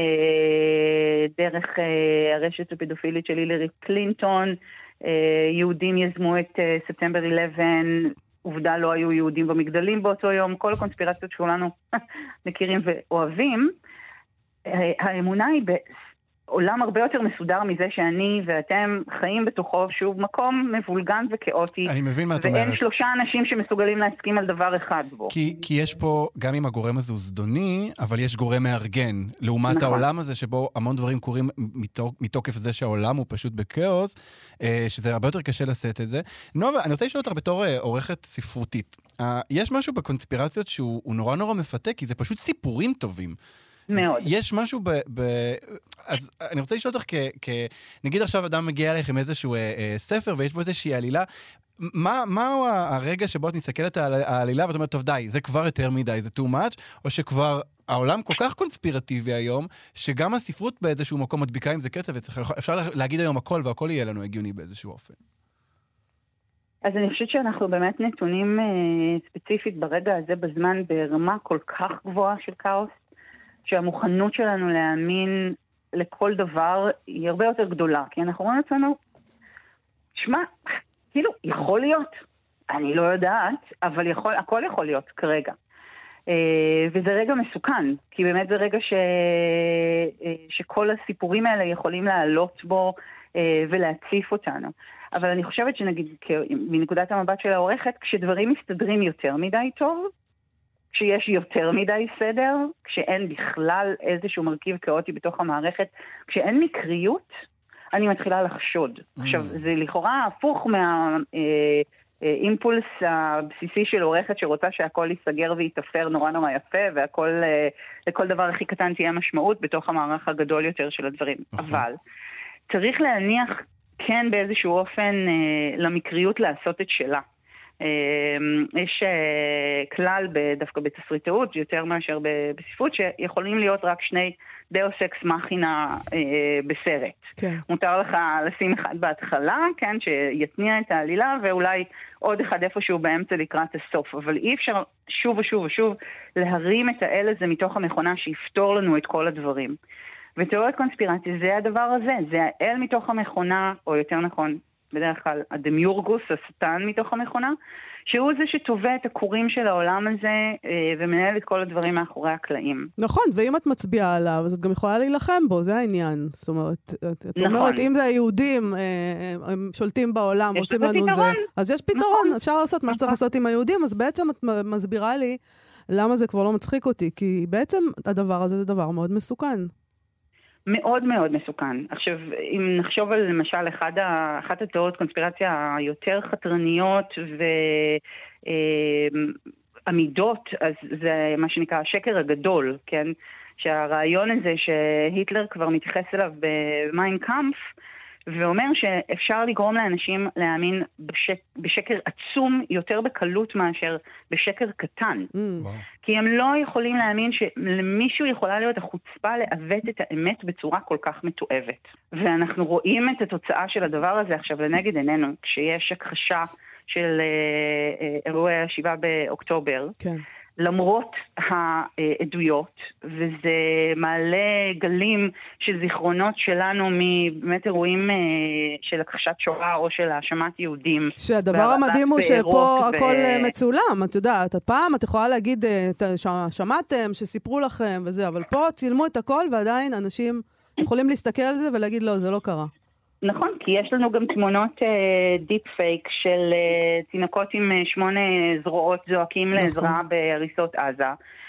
דרך הרשת הפדופילית של הילרי קלינטון, יהודים יזמו את ספטמבר 11, עובדה לא היו יהודים במגדלים באותו יום, כל הקונספירציות שכולנו מכירים ואוהבים, האמונה היא בעולם הרבה יותר מסודר מזה שאני ואתם חיים בתוכו, שוב, מקום מבולגן וכאוטי. אני מבין מה את אומרת. ואין 3 אנשים שמסוגלים להסכים על דבר אחד בו. כי יש פה, גם אם הגורם הזה הוא זדוני, אבל יש גורם מארגן. לעומת נכון. העולם הזה שבו המון דברים קורים מתוקף זה שהעולם הוא פשוט בקאוס, שזה הרבה יותר קשה לשאת את זה. נועה, אני רוצה לשאול אותך בתור עורכת ספרותית. יש משהו בקונספירציות שהוא נורא נורא מפתה, כי זה פשוט סיפורים טובים. מאוד. יש משהו אז אני רוצה לשאול אותך, נגיד עכשיו אדם מגיע אליך עם איזשהו ספר, ויש בו איזושהי עלילה, מהו הרגע שבו את מסתכלת על העלילה, ואת אומרת, טוב די, זה כבר יותר מדי, זה too much, או שכבר העולם כל כך קונספירטיבי היום, שגם הספרות באיזשהו מקום מדביקה עם זה קצב, אפשר להגיד היום הכל, והכל יהיה לנו הגיוני באיזשהו אופן. אז אני חושבת שאנחנו באמת נתונים ספציפית ברגע הזה בזמן ברמה כל כך גבוהה של כאוס, שהמוכנות שלנו להאמין לכל דבר היא הרבה יותר גדולה, כי אנחנו רואים לעצמנו, שמע, כאילו, יכול להיות, אני לא יודעת, אבל הכל יכול להיות כרגע. וזה רגע מסוכן, כי באמת זה רגע שכל הסיפורים האלה יכולים לעלות בו ולהציף אותנו. אבל אני חושבת שנגיד, מנקודת המבט של העורכת, כשדברים מסתדרים יותר מדי טוב, כשיש יותר מדי סדר, כשאין בכלל איזשהו מרכיב כאוטי בתוך המערכת, כשאין מקריות, אני מתחילה לחשוד. עכשיו, זה לכאורה הפוך האימפולס הבסיסי של עורכת שרוצה שהכל ייסגר ויתאפר נורא נורא יפה, והכל, לכל דבר הכי קטן תהיה משמעות בתוך המערך הגדול יותר של הדברים. אבל צריך להניח כן באיזשהו אופן למקריות לעשות את שלה. יש כלל דווקא בתסריטאות יותר מאשר בספרות שיכולים להיות רק שני דאוס אקס מכינה בסרט. כן. מותר לך לשים אחד בהתחלה, כן, שיתניע את העלילה, ואולי עוד אחד איפשהו באמצע לקראת הסוף. אבל אי אפשר שוב ושוב ושוב להרים את האל הזה מתוך המכונה שיפתור לנו את כל הדברים. ותיאוריית קונספירציה זה הדבר הזה, זה האל מתוך המכונה, או יותר נכון, בדרך כלל הדמיורגוס, השטן מתוך המכונה, שהוא זה שטובע את הקורים של העולם הזה ומנהל את כל הדברים מאחורי הקלעים. נכון, ואם את מצביעה עליו, אז את גם יכולה להילחם בו, זה העניין. זאת אומרת, את נכון. אומרת, אם זה היהודים, הם שולטים בעולם, עושים לנו פתרון. זה, אז יש פתרון, נכון. אפשר לעשות מה שצריך לעשות עם היהודים, אז בעצם את מסבירה לי למה זה כבר לא מצחיק אותי, כי בעצם הדבר הזה זה דבר מאוד מסוכן. מאוד מאוד מסוכן. עכשיו, אם נחשוב על למשל אחת התיאוריות קונספירציה היותר חתרניות ועמידות, אז זה מה שנקרא השקר הגדול, כן? שהרעיון הזה שהיטלר כבר מתייחס אליו במיין קאמפף, ואומר שאפשר לגרום לאנשים להאמין בשקר עצום יותר בקלות מאשר בשקר קטן. כי הם לא יכולים להאמין שלמישהו יכולה להיות החוצפה לעוות את האמת בצורה כל כך מתועבת. ואנחנו רואים את התוצאה של הדבר הזה עכשיו לנגד עינינו, כשיש הכחשה של אירועי 7 באוקטובר. כן. למרות העדויות, וזה מעלה גלים של זיכרונות שלנו מבאמת אירועים של הכחשת שואה או של האשמת יהודים. שהדבר המדהים הוא שפה הכל מצולם, את יודעת, הפעם את יכולה להגיד, שמעתם, שסיפרו לכם וזה, אבל פה צילמו את הכל ועדיין אנשים יכולים להסתכל על זה ולהגיד לא, זה לא קרה. נכון, כי יש לנו גם תמונות דיפ פייק של תינוקות עם 8 זרועות זועקים לעזרה בהריסות עזה.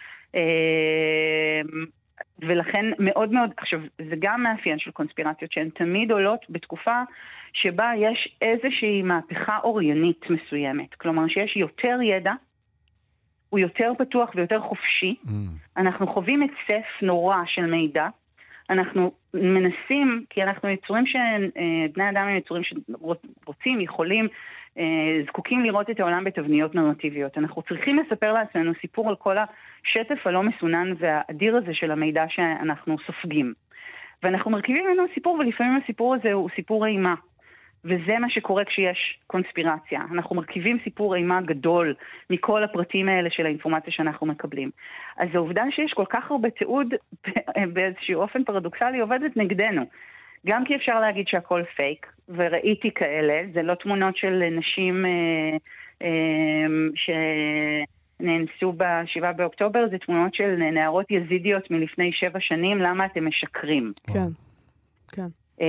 ולכן מאוד מאוד, עכשיו זה גם מאפיין של קונספירציות שהן תמיד עולות בתקופה שבה יש איזושהי מהפכה אוריינית מסוימת. כלומר שיש יותר ידע, הוא יותר פתוח ויותר חופשי. אנחנו חווים את סף נורא של מידע. אנחנו מנסים, כי אנחנו יצורים בני אדם הם יצורים שרוצים, יכולים, זקוקים לראות את העולם בתבניות נרטיביות. אנחנו צריכים לספר לעצמנו סיפור על כל השטף הלא מסונן והאדיר הזה של המידע שאנחנו סופגים. ואנחנו מרכיבים ממנו סיפור, ולפעמים הסיפור הזה הוא סיפור אימה. וזה מה שקורה כשיש קונספירציה. אנחנו מרכיבים סיפור אימה גדול מכל הפרטים האלה של האינפורמציה שאנחנו מקבלים. אז העובדה שיש כל כך הרבה תיעוד באיזשהו אופן פרדוקסלי עובדת נגדנו. גם כי אפשר להגיד שהכל פייק, וראיתי כאלה, זה לא תמונות של נשים שנאנסו ב7 באוקטובר, זה תמונות של נערות יזידיות מלפני 7 שנים, למה אתם משקרים? כן, כן.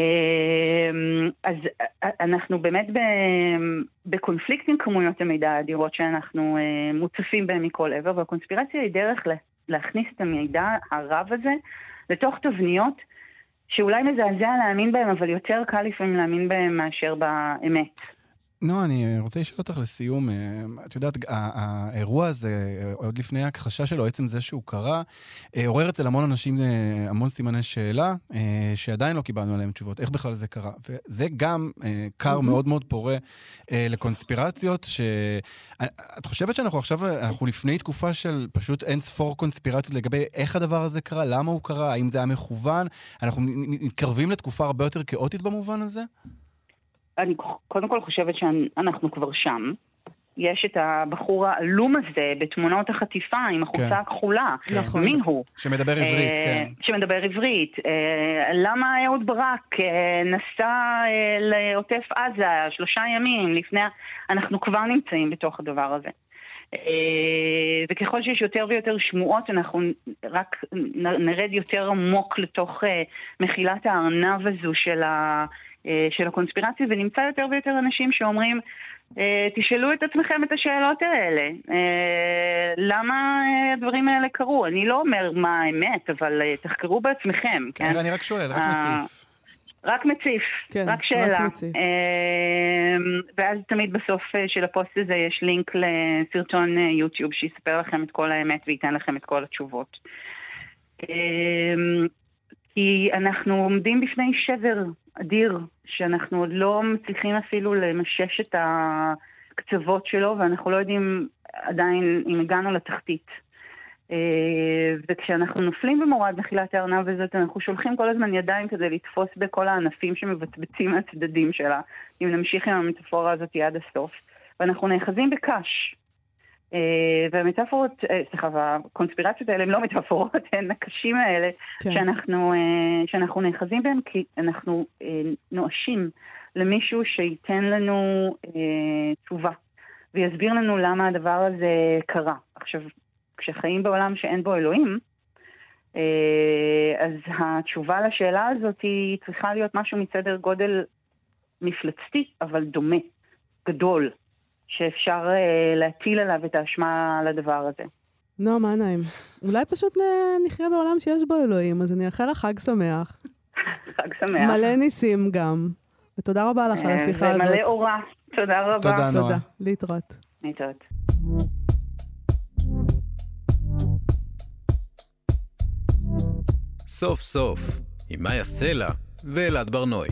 אז אנחנו באמת בקונפליקט עם כמויות המידע האדירות שאנחנו מוצפים בהם מכל עבר, והקונספירציה היא דרך להכניס את המידע הרב הזה לתוך תבניות שאולי מזעזע להאמין בהם, אבל יותר קל לפעמים להאמין בהם מאשר באמת. נו, אני רוצה לשאול אותך לסיום, את יודעת, האירוע הזה, עוד לפני ההכחשה שלו, עצם זה שהוא קרה, עורר אצל המון אנשים המון סימני שאלה, שעדיין לא קיבלנו עליהם תשובות, איך בכלל זה קרה. וזה גם קר מאוד מאוד פורה לקונספירציות, את חושבת שאנחנו עכשיו, אנחנו לפני תקופה של פשוט אין ספור קונספירציות לגבי איך הדבר הזה קרה, למה הוא קרה, האם זה היה מכוון, אנחנו מתקרבים לתקופה הרבה יותר כאוטית במובן הזה? אני קודם כל חושבת שאנחנו כבר שם. יש את הבחור העלום הזה בתמונות החטיפה עם החולצה הכחולה. נכון. מי הוא? שמדבר עברית, כן. שמדבר עברית. למה אהוד ברק נסע לעוטף עזה 3 ימים לפני... אנחנו כבר נמצאים בתוך הדבר הזה. וככל שיש יותר ויותר שמועות, אנחנו רק נרד יותר עמוק לתוך מחילת הארנב הזו של הקונספירציה, ונמצא יותר ויותר אנשים שאומרים, תשאלו את עצמכם את השאלות האלה. למה הדברים האלה קרו? אני לא אומר מה האמת, אבל תחקרו בעצמכם. כן, אני רק שואל, רק מציף. רק מציף, רק שאלה. ואז תמיד בסוף של הפוסט הזה יש לינק לסרטון יוטיוב שיספר לכם את כל האמת וייתן לכם את כל התשובות. כי אנחנו עומדים בפני שבר אדיר, שאנחנו עוד לא מצליחים אפילו למשש את הקצוות שלו, ואנחנו לא יודעים עדיין אם הגענו לתחתית. וכשאנחנו נופלים במורד מחילת הארנב הזאת, אנחנו שולחים כל הזמן ידיים כדי לתפוס בכל הענפים שמבצבצים מהצדדים שלה, אם נמשיך עם המטאפורה הזאת עד הסוף. ואנחנו נאחזים בקש. והמטאפורות, והקונספירציות האלה הן לא מטאפורות, הן הקשים האלה, כן. שאנחנו נאחזים בהם, כי אנחנו נואשים למישהו שייתן לנו תשובה, ויסביר לנו למה הדבר הזה קרה. עכשיו, כשחיים בעולם שאין בו אלוהים, אז התשובה לשאלה הזאת היא צריכה להיות משהו מצדר גודל מפלצתי, אבל דומה, גדול, שאפשר להטיל עליו את האשמה לדבר הזה. לא, מה נעים? אולי פשוט נחיה בעולם שיש בו אלוהים, אז אני אאחל לך חג שמח. חג שמח. מלא ניסים גם. ותודה רבה לך על השיחה הזאת. ומלא אורה. תודה רבה. תודה, נועה. תודה. להתראות. להתראות. סוף סוף, עם מאיה סלע ואלעד ברנועי.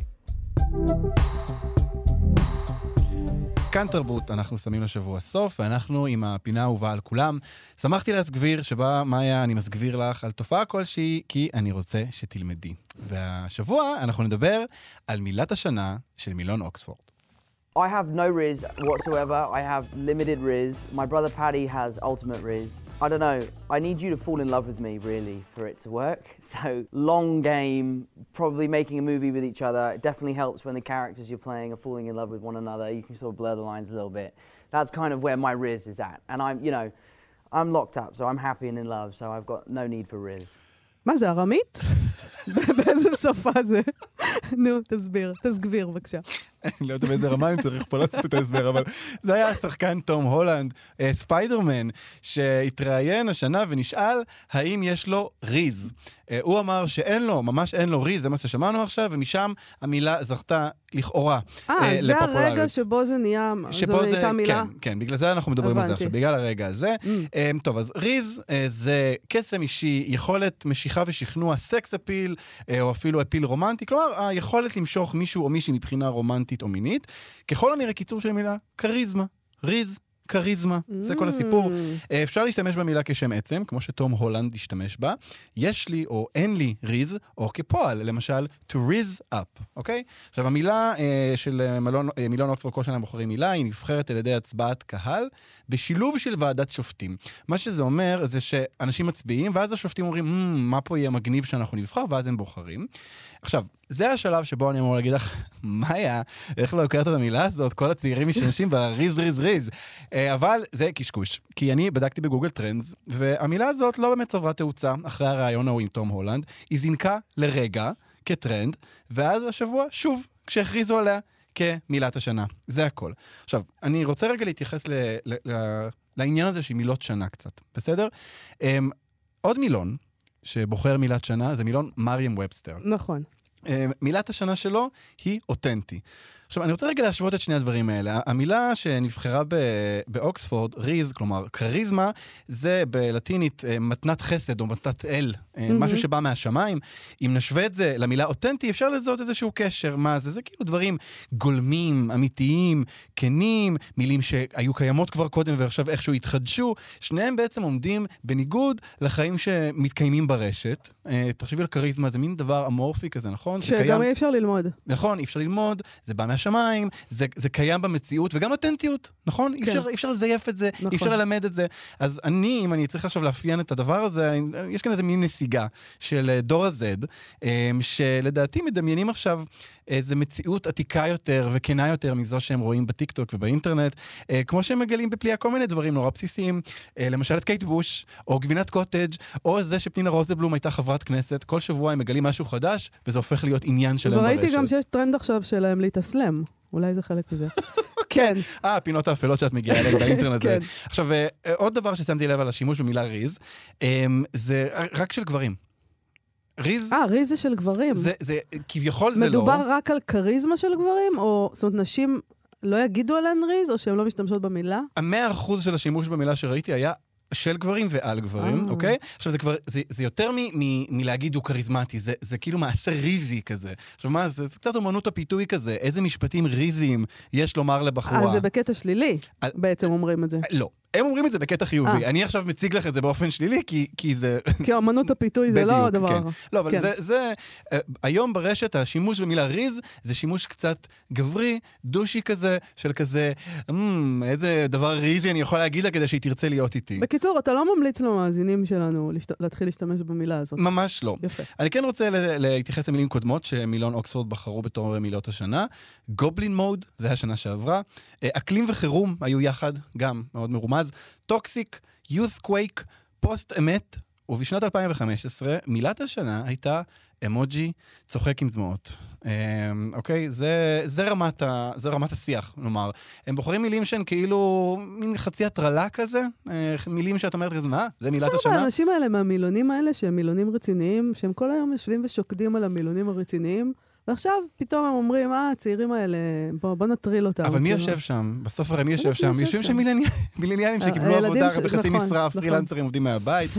כאן תרבות, אנחנו שמים לשבוע סוף, ואנחנו עם הפינה האהובה על כולם. שמחתי להסגביר שבה, מאיה, אני מסגביר לך על תופעה כלשהי, כי אני רוצה שתלמדי. והשבוע אנחנו נדבר על מילת השנה של מילון אוקספורד. I have no riz whatsoever. I have limited riz. My brother Paddy has ultimate riz. I don't know. I need you to fall in love with me, really, for it to work. So, long game, probably making a movie with each other. It definitely helps when the characters you're playing are falling in love with one another. You can sort of blur the lines a little bit. That's kind of where my riz is at. And I'm locked up, so I'm happy and in love, so I've got no need for riz. מה זה, ארמית? באיזה שפה זה? נו, תסגביר, בבקשה. אני לא יודע באיזה רמה אני צריך פה לעשות את ההסבר, אבל זה היה השחקן תום הולנד, ספיידרמן, שהתראיין השנה ונשאל האם יש לו ריז. הוא אמר שאין לו, ממש אין לו ריז, זה מה ששמענו עכשיו, ומשם המילה זכתה לכאורה לפופולריות. זה הרגע שבו זה נהיה, זו הייתה מילה? כן, בגלל זה אנחנו מדברים על זה עכשיו, בגלל הרגע הזה. טוב, אז ריז זה קסם אישי, יכולת משיכה ושכנוע, סקס אפיל, או אפילו אפיל רומנטי, כלומר, היכולת למשוך מישהו או מישהי מבחינה רומנטית או מינית, ככל הנראה קיצור של מילה, קריזמה, ריז, קריזמה, זה כל הסיפור. אפשר להשתמש במילה כשם עצם, כמו שתום הולנד השתמש בה. יש לי או אין לי ריז, או כפועל, למשל, to riz up, אוקיי? עכשיו, המילה של מילון אוקספורד, כל שנה בוחרים מילה, היא נבחרת על ידי הצבעת קהל, בשילוב של ועדת שופטים. מה שזה אומר, זה שאנשים מצביעים, ואז השופטים אומרים, מה פה יהיה מגניב שאנחנו נבחר, ואז הם בוחרים. עכשיו, זה השלב שבו אני אמור להגיד לך, מאיה, איך לא הכרת את המילה הזאת? כל הצעירים משתמשים בריז, ריז, ריז. אבל זה קשקוש. כי אני בדקתי בגוגל טרנדס, והמילה הזאת לא באמת צברה תאוצה אחרי הרעיון ההוא עם תום הולנד. היא זינקה לרגע כטרנד, ואז השבוע שוב, כשהכריזו עליה כמילת השנה. זה הכל. עכשיו, אני רוצה רגע להתייחס לעניין הזה של מילות שנה קצת. בסדר? עוד מילון שבוחר מילת שנה, זה מילון מרים ובסטר. נכון. מילת השנה שלו היא אותנטי. עכשיו, אני רוצה רגע להשוות את שני הדברים האלה. המילה שנבחרה באוקספורד, ריז, כלומר, קריזמה, זה בלטינית מתנת חסד או מתנת אל, משהו שבא מהשמיים. אם נשווה את זה למילה אותנטי, אפשר לזהות איזשהו קשר. מה זה? זה כאילו דברים גולמים, אמיתיים, כנים, מילים שהיו קיימות כבר קודם ועכשיו איכשהו התחדשו. שניהם בעצם עומדים בניגוד לחיים שמתקיימים ברשת. תחשבי על קריזמה, זה מין דבר אמורפי כזה, נכון? שגם אי אפשר ללמוד. נכון, אי אפשר ללמוד, זה בא מהשמיים, זה קיים במציאות, וגם אותנטיות, נכון? כן. אי אפשר לזייף את זה, נכון. אי אפשר ללמד את זה. אז אם אני צריך עכשיו לאפיין את הדבר הזה, יש כאן איזה מין נסיגה של דור ה-Z, שלדעתי מדמיינים עכשיו איזו מציאות עתיקה יותר וכנה יותר מזו שהם רואים בטיקטוק ובאינטרנט, כמו שהם מגלים בפליאה כל מיני דברים נורא בסיסיים, למשל את קייט בוש, או גבינת קוטג', או זה שפנינה רוזנבלום הייתה חברת כנסת, כל שבוע הם מגלים משהו חדש, וזה הופך להיות עניין שלהם ברשת. וראיתי גם שיש טרנד עכשיו שלהם להתאסלם, אולי זה חלק מזה. כן. פינות האפלות שאת מגיעה אליהם באינטרנט. עכשיו, עוד דבר ששמתי לב על השימוש במילה ריז, זה רק של גברים. ריז? ריז זה של גברים. זה כביכול זה לא. מדובר רק על קריזמה של גברים, או זאת אומרת, נשים לא יגידו עליהן ריז, או שהן לא משתמשות במילה? 100% של השימוש במילה שראיתי היה של גברים ועל גברים, אוקיי? עכשיו, זה יותר מלהגיד הוא כריזמטי, זה כאילו מעשה ריזי כזה. עכשיו, מה, זה קצת אומנות הפיתוי כזה, איזה משפטים ריזיים יש לומר לבחורה. אז זה בקטע שלילי, בעצם אומרים את זה. לא. הם אומרים את זה בקטע חיובי. אני עכשיו מציג לך את זה באופן שלילי, כי זה... כי אמנות הפיתוי זה לא דבר. לא, אבל זה... היום ברשת, השימוש במילה ריז, זה שימוש קצת גברי, דושי כזה, של כזה, איזה דבר ריזי אני יכול להגיד לה כדי שהיא תרצה להיות איתי. בקיצור, אתה לא ממליץ למאזינים שלנו להתחיל להשתמש במילה הזאת. ממש לא. יפה. אני כן רוצה להתייחס למילים קודמות, שמילון אוקספורד בחרו בתור מילות השנה. גובלין מוד, זה השנה שעברה. אקלים וחירום היו יחד, גם מאוד מרומז. טוקסיק, יות'קווייק, פוסט אמת, ובשנת 2015 מילת השנה הייתה אמוג'י צוחק עם דמעות. אוקיי? זה רמת השיח, נאמר. הם בוחרים מילים שהן כאילו מין חצי הטרלה כזה, מילים שאת אומרת כזה, מה? זה מילת השנה? האנשים האלה מהמילונים האלה, שהם מילונים רציניים, שהם כל היום יושבים ושוקדים על המילונים הרציניים, ועכשיו פתאום הם אומרים, הצעירים האלה, בוא נטריל אותם. אבל מי יושב שם? בסוף הרי מי יושב שם? יושבים שם מילניאלים שקיבלו עבודה בחצי משרה, פרילנסרים עובדים מהבית.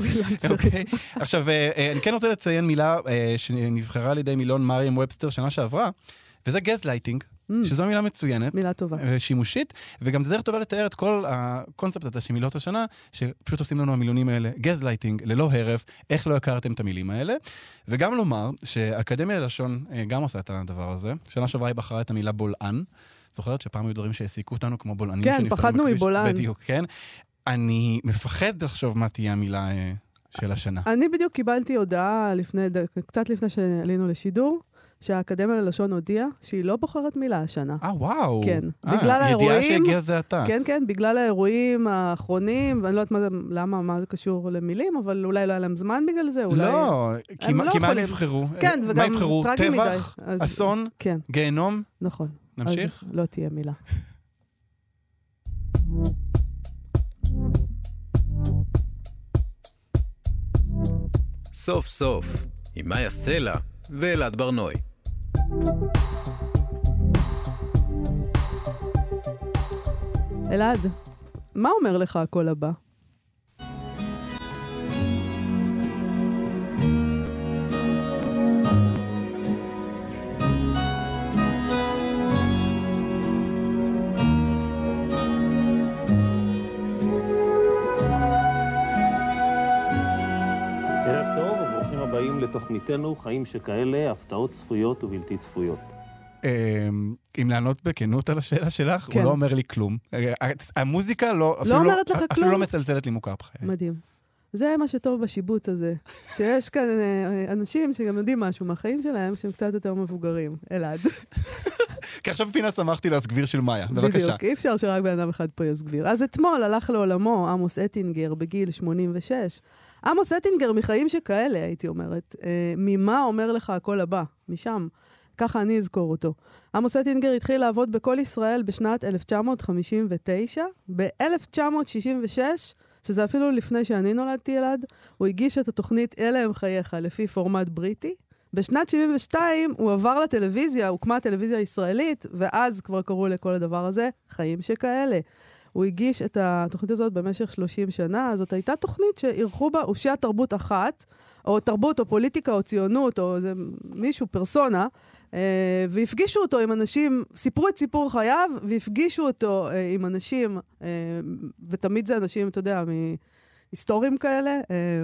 עכשיו, אני כן רוצה לציין מילה שנבחרה על ידי מילון מרים ובסטר שנה שעברה, וזה גזלייטינג, שזו מילה מצוינת. מילה טובה. שימושית, וגם זה דרך טובה לתאר את כל הקונספט הזה של מילות השנה, שפשוט עושים לנו המילונים האלה, גזלייטינג, ללא הרף, איך לא הכרתם את המילים האלה, וגם לומר שהאקדמיה ללשון גם עושה את הדבר הזה. שנה שעברה היא בחרה את המילה בולען, זוכרת שפעם היו דברים שהעסיקו אותנו כמו בולענים כן, פחדנו מבולען. בדיוק, כן. אני מפחד לחשוב מה תהיה המילה של השנה. אני בדיוק קיבלתי הודעה קצת לפני שעלינו לשידור, שהאקדמיה ללשון הודיעה שהיא לא בוחרת מילה השנה. וואו. כן. בגלל האירועים... ידיעה שהגיע זה אתה. כן, כן, בגלל האירועים האחרונים, ואני לא יודעת מה זה קשור למילים, אבל אולי לא היה להם זמן בגלל זה, אולי... לא, כי מה נבחרו? כן, וגם טרגי מדי. טבח, אסון, גיהנום? נכון. נמשיך? אז לא תהיה מילה. סוף סוף, עם מאיה סלע ואלעד ברנוי. אלעד, מה אומר לך הקול הבא? לתוכניתנו חיים שכאלה, הפתעות צפויות ובלתי צפויות. אם לענות בכנות על השאלה שלך, הוא לא אומר לי כלום. המוזיקה אפילו לא מצלצלת לי מוכר בחיי. מדהים. זה מה שטוב בשיבוץ הזה, שיש כאן אנשים שגם יודעים משהו מהחיים שלהם, שהם קצת יותר מבוגרים. אלעד. כי עכשיו פינה צמחתי להסגביר של מאיה, בבקשה. בדיוק, אי אפשר שרק בן אדם אחד פה יסגביר. אז אתמול הלך לעולמו עמוס אטינגר בגיל 86. עמוס אטינגר מחיים שכאלה, הייתי אומרת. ממה אומר לך הקול הבא? משם. ככה אני אזכור אותו. עמוס אטינגר התחיל לעבוד בכל ישראל בשנת 1959. ב-1966, שזה אפילו לפני שאני נולדתי אלעד, הוא הגיש את התוכנית אלה הם חייך לפי פורמט בריטי. בשנת 72 הוא עבר לטלוויזיה, הוקמה הטלוויזיה הישראלית, ואז כבר קראו לכל הדבר הזה חיים שכאלה. הוא הגיש את התוכנית הזאת במשך 30 שנה, זאת הייתה תוכנית שערכו בה אושי התרבות אחת, או תרבות או פוליטיקה או ציונות, או איזה מישהו, פרסונה, והפגישו אותו עם אנשים, סיפרו את סיפור חייו, והפגישו אותו עם אנשים, ותמיד זה אנשים, אתה יודע, היסטוריים כאלה,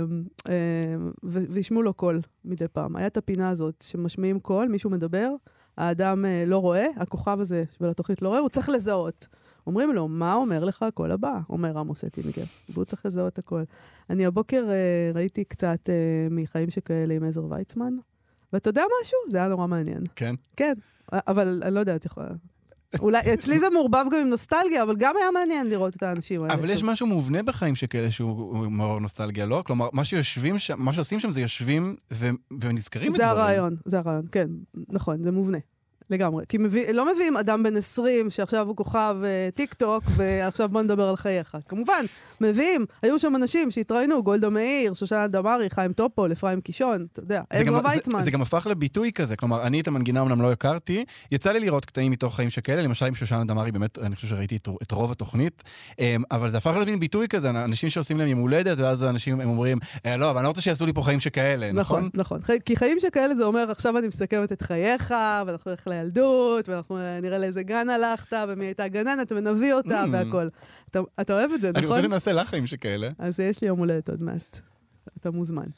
וישמעו לו קול מדי פעם. היה את הפינה הזאת שמשמיעים קול, מישהו מדבר, האדם לא רואה, הכוכב הזה ולתוכנית לא רואה, הוא צריך לזהות. אומרים לו, מה אומר לך הקול הבא? אומר עמוס אטינגר, והוא צריך לזהות הכל. אני הבוקר ראיתי קצת מחיים שכאלה עם עזר ויצמן, ואתה יודע משהו? זה היה נורא מעניין. כן? כן, אבל אני לא יודעת, יכולה... אולי, אצלי זה מעורבב גם עם נוסטלגיה, אבל גם היה מעניין לראות את האנשים האלה. אבל יש משהו מובנה בחיים שכאלה שהוא מעורר נוסטלגיה, לא? כלומר, מה שעושים שם זה יושבים ונזכרים את דברים. זה הרעיון, כן, נכון, זה מובנה. לגמרי. כי לא מביאים אדם בן 20 שעכשיו הוא כוכב טיק טוק, ועכשיו בוא נדבר על חייך. כמובן, מביאים. היו שם אנשים שהתראינו, גולדה מאיר, שושנה דמארי, חיים טופול, אפרים קישון, אתה יודע, עזרא ויצמן. זה גם הפך לביטוי כזה, כלומר, אני את המנגינה אמנם לא הכרתי, יצא לי לראות קטעים מתוך חיים שכאלה, למשל עם שושנה דמארי, באמת, אני חושב שראיתי את רוב התוכנית, אבל זה הפך למין ביטוי כזה, אנשים שעושים להם יום הולדת, ואז האנשים הם אומרים, לא, אבל אני לא רוצה שיעשו לי פה חיים שכאלה, נכון? נכון. כי חיים שכאלה זה אומר, עכשיו אני מסכמת את חייך, ואנחנו נלך לילדות, ואנחנו נראה לאיזה גן הלכת, ומי הייתה גננת, ונביא אותה, והכל. אתה אוהב את זה, נכון? אני רוצה שנעשה לך חיים שכאלה. אז יש לי יום הולדת עוד מעט. אתה מוזמן.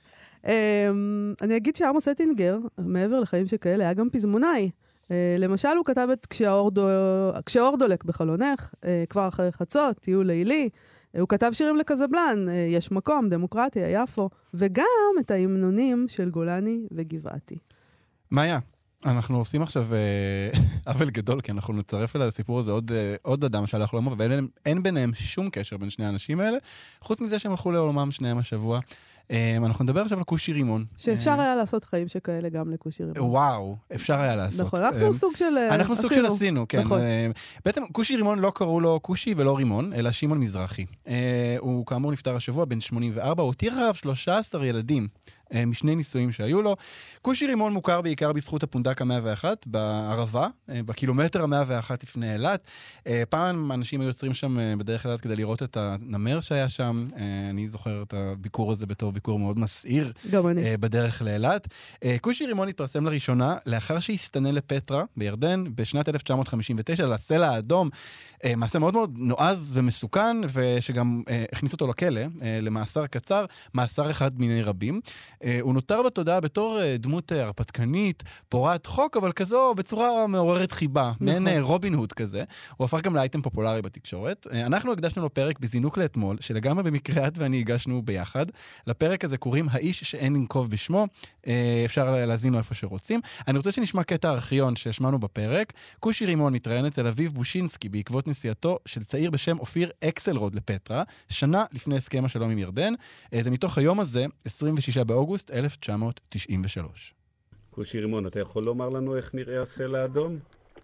אני אגיד שעמוס אטינגר, מעבר לחיים שכאלה, היה גם פזמונאי. למשל, הוא כתב את כשאור דולק בחלונך, כבר אחרי חצות, טיול לילי. הוא כתב שירים לקזבלן, יש מקום, דמוקרטיה, יפו, וגם את ההמנונים של גולני וגבעתי. מאיה, אנחנו עושים עכשיו עוול גדול, כי אנחנו נצרף אל הסיפור הזה עוד אדם שהלך לעולמו, ואין ביניהם שום קשר בין שני האנשים האלה, חוץ מזה שהם הלכו לעולמם שניהם השבוע. אנחנו נדבר עכשיו על כושי רימון. שאפשר היה לעשות חיים שכאלה גם לכושי רימון. וואו, אפשר היה לעשות. נכון, אנחנו סוג של עשינו, כן. בעצם כושי רימון לא קראו לו כושי ולא רימון, אלא שמעון מזרחי. הוא כאמור נפטר השבוע, בן 84, הוא הותיר אחריו 13 ילדים. משני ניסויים שהיו לו. כושי רימון מוכר בעיקר בזכות הפונדק ה-101 בערבה, בקילומטר ה-101 לפני אילת. פעם אנשים היו יוצרים שם בדרך אילת כדי לראות את הנמר שהיה שם. אני זוכר את הביקור הזה בתור ביקור מאוד מסעיר בדרך לאילת. כושי רימון התפרסם לראשונה לאחר שהסתנן לפטרה בירדן בשנת 1959 לסלע האדום. מעשה מאוד מאוד נועז ומסוכן, ושגם הכניס אותו לכלא למאסר קצר, מאסר אחד מיני רבים. הוא נותר בתודעה בתור דמות הרפתקנית, פורעת חוק, אבל כזו בצורה מעוררת חיבה, מעין רובין הוד כזה. הוא הפך גם לאייטם פופולרי בתקשורת. אנחנו הקדשנו לו פרק בזינוק לאתמול, שלגמרי במקרה את ואני הגשנו ביחד. לפרק הזה קוראים האיש שאין לנקוב בשמו. אפשר להזין לו איפה שרוצים. אני רוצה שנשמע קטע ארכיון שהשמענו בפרק. כושי רימון מתראיין אצל אביב בושינסקי בעקבות נסיעתו של צעיר בשם אופיר אקסלרוד לפטרה, שנה לפני הסכם השלום עם ירדן. זה מתוך היום הזה, 26 באוגוסט 1993. כושי רימון, אתה יכול לומר לנו איך נראה הסלע האדום?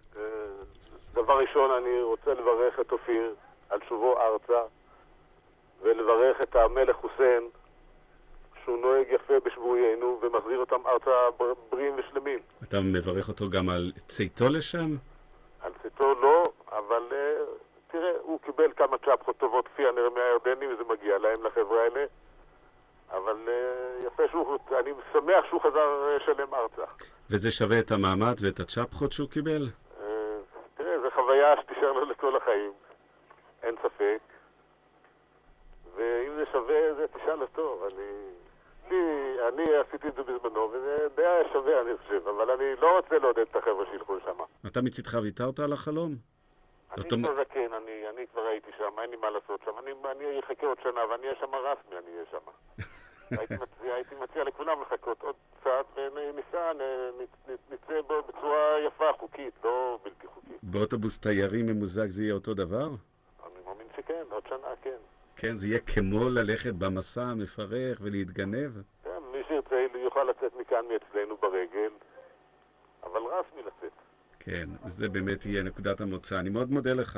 דבר ראשון, אני רוצה לברך את אופיר על שובו ארצה, ולברך את המלך חוסיין, שהוא נוהג יפה בשבויינו, ומחזיר אותם ארצה בריאים ושלמים. אתה מברך אותו גם על צאתו לשם? על צאתו לא, אבל תראה, הוא קיבל כמה צ'פחות טובות כפי הנראה מהירדנים, וזה מגיע להם לחברה האלה. אבל יפה אני שמח שהוא חזר שלם ארצה. וזה שווה את המעמד ואת הצ'פחות שהוא קיבל? תראה, זו חוויה שתישאר לו לכל החיים. אין ספק. ואם זה שווה, זה תשאל אותו. אני עשיתי את זה בזמנו, וזה די היה שווה, אני חושב. אבל אני לא רוצה לעודד את החבר'ה שילכו לשם. אתה מצדך ויתרת על החלום? אני כבר זקן, אני כבר הייתי שם, אין לי מה לעשות שם. אני אחכה עוד שנה, ואני אהיה שם רסמי, אני אהיה שם. הייתי מציע לכולם לחכות עוד קצת, נצא בצורה יפה, חוקית, לא בלתי חוקית. באוטובוס תיירים ממוזג זה יהיה אותו דבר? אני מאמין שכן, עוד שנה כן. כן, זה יהיה כמו ללכת במסע המפרך ולהתגנב? כן, מי שירצה יוכל לצאת מכאן מאצלנו ברגל, אבל רסמי לצאת. כן, זה באמת יהיה נקודת המוצא. אני מאוד מודה לך.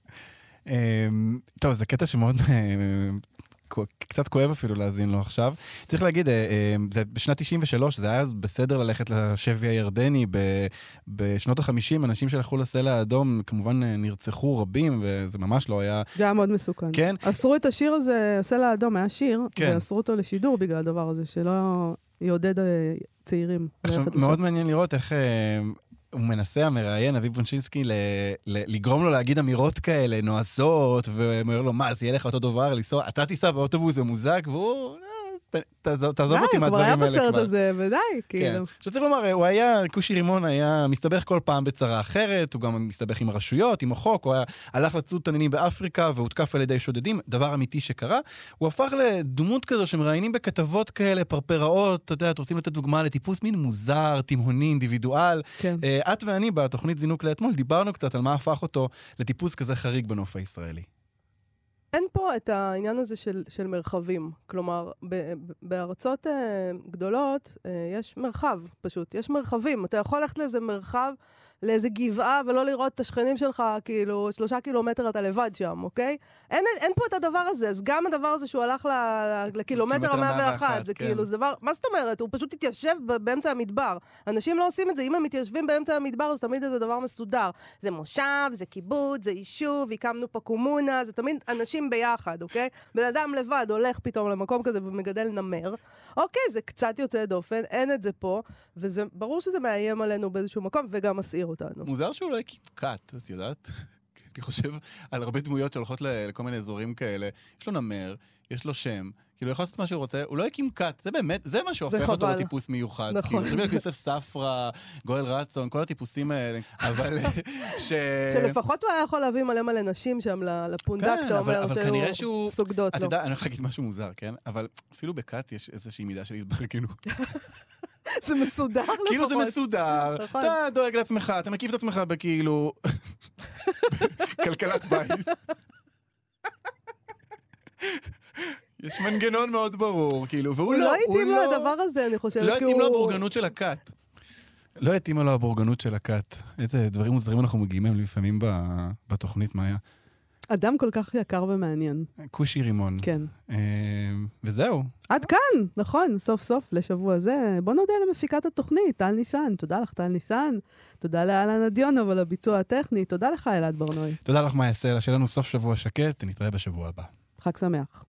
טוב, זה קטע שמאוד קצת כואב אפילו להזין לו עכשיו. צריך להגיד, זה בשנת 93, זה היה בסדר ללכת לשבי הירדני. בשנות ה-50, אנשים שהלכו לסלע האדום, כמובן נרצחו רבים, וזה ממש לא היה... זה היה מאוד מסוכן. כן. אסרו את השיר הזה, הסלע האדום היה שיר, ואסרו אותו לשידור בגלל הדבר הזה, שלא יעודד צעירים. עכשיו, מאוד מעניין לראות איך... הוא מנסה, המראיין, אביב בושינסקי, לגרום לו להגיד אמירות כאלה, נועזות, ואומר לו, מה, זה יהיה לך אותו דבר, לנסוע, אתה תיסע באוטובוס ומוזג, והוא, תעזוב אותי מהדברים האלה כבר. כבר היה בסרט הזה, ודי, כאילו. שצריך לומר, כושי רימון היה מסתבך כל פעם בצרה אחרת, הוא גם מסתבך עם הרשויות, עם החוק, הוא הלך לצוד תנינים באפריקה, והותקף על ידי שודדים, דבר אמיתי שקרה. הוא הפך לדמות כזו שמראיינים בכתבות כאלה, פרפראות, אתה יודע, רוצים לתת דוגמה לטיפוס מין מוזר, תימהוני, אינדיבידואל. את ואני בתוכנית זינוק לאתמול דיברנו קצת על מה הפך אותו לטיפוס כזה חריג בנוף הישראלי. אין פה את העניין הזה של מרחבים. כלומר, בארצות גדולות יש מרחב פשוט. יש מרחבים. אתה יכול ללכת לאיזה מרחב לאיזה גבעה ולא לראות את השכנים שלך, כאילו 3 קילומטר אתה לבד שם, אוקיי? אין פה את הדבר הזה, אז גם הדבר הזה שהוא הלך לקילומטר 101, זה כאילו, זה דבר, מה זאת אומרת? הוא פשוט התיישב באמצע המדבר. אנשים לא עושים את זה, אם הם מתיישבים באמצע המדבר, אז תמיד זה דבר מסודר. זה מושב, זה קיבוץ, זה יישוב, הקמנו פה קומונה, זה תמיד אנשים ביחד, אוקיי? בן אדם לבד הולך פתאום למקום כזה ומגדל נמר. אוקיי, זה קצת יוצא דופן, אין את זה פה, וזה ברור שזה מאיים עלינו באיזשהו מקום, וגם מסעיר אותנו. מוזר שהוא לא הקים קאט, את יודעת? אני חושב על הרבה דמויות שהולכות לכל מיני אזורים כאלה. יש לו נמר, יש לו שם, כאילו יכול לעשות מה שהוא רוצה, הוא לא הקים קאט, זה באמת, זה מה שהופך אותו לטיפוס מיוחד. נכון. כאילו, חושבים על יוסף ספרא, גואל רצון, כל הטיפוסים האלה, אבל שלפחות הוא היה יכול להביא מלא נשים שם לפונדק, אתה אומר, שהוא סוגדות לו. אתה יודע, אני הולך להגיד משהו מוזר, כן? אבל אפילו בקאט יש איזושהי מידה של להתבחר, כאילו. זה מסודר לפחות. כאילו זה מסודר, אתה דואג לעצמך, אתה מקיף את עצמך בכאילו כלכלת בית. יש מנגנון מאוד ברור, כאילו, והוא לא התאים לו הדבר הזה, אני חושבת. לא התאים לו הבורגנות של הקאט. לא התאים לו הבורגנות של הקאט. איזה דברים מוזרים אנחנו מגיעים מהם לפעמים בתוכנית, מה היה? אדם כל כך יקר ומעניין. כושי רימון. כן. וזהו. עד כאן, נכון, סוף סוף לשבוע זה. בוא נודה למפיקת התוכנית, טל ניסן. תודה לך, טל ניסן. תודה לאלן אדיונוב על הביצוע הטכני. תודה לך, אלעד ברנועי. תודה לך, מאיה סלע. שיהיה לנו סוף שבוע שקט, נתראה בשבוע הבא. חג שמח.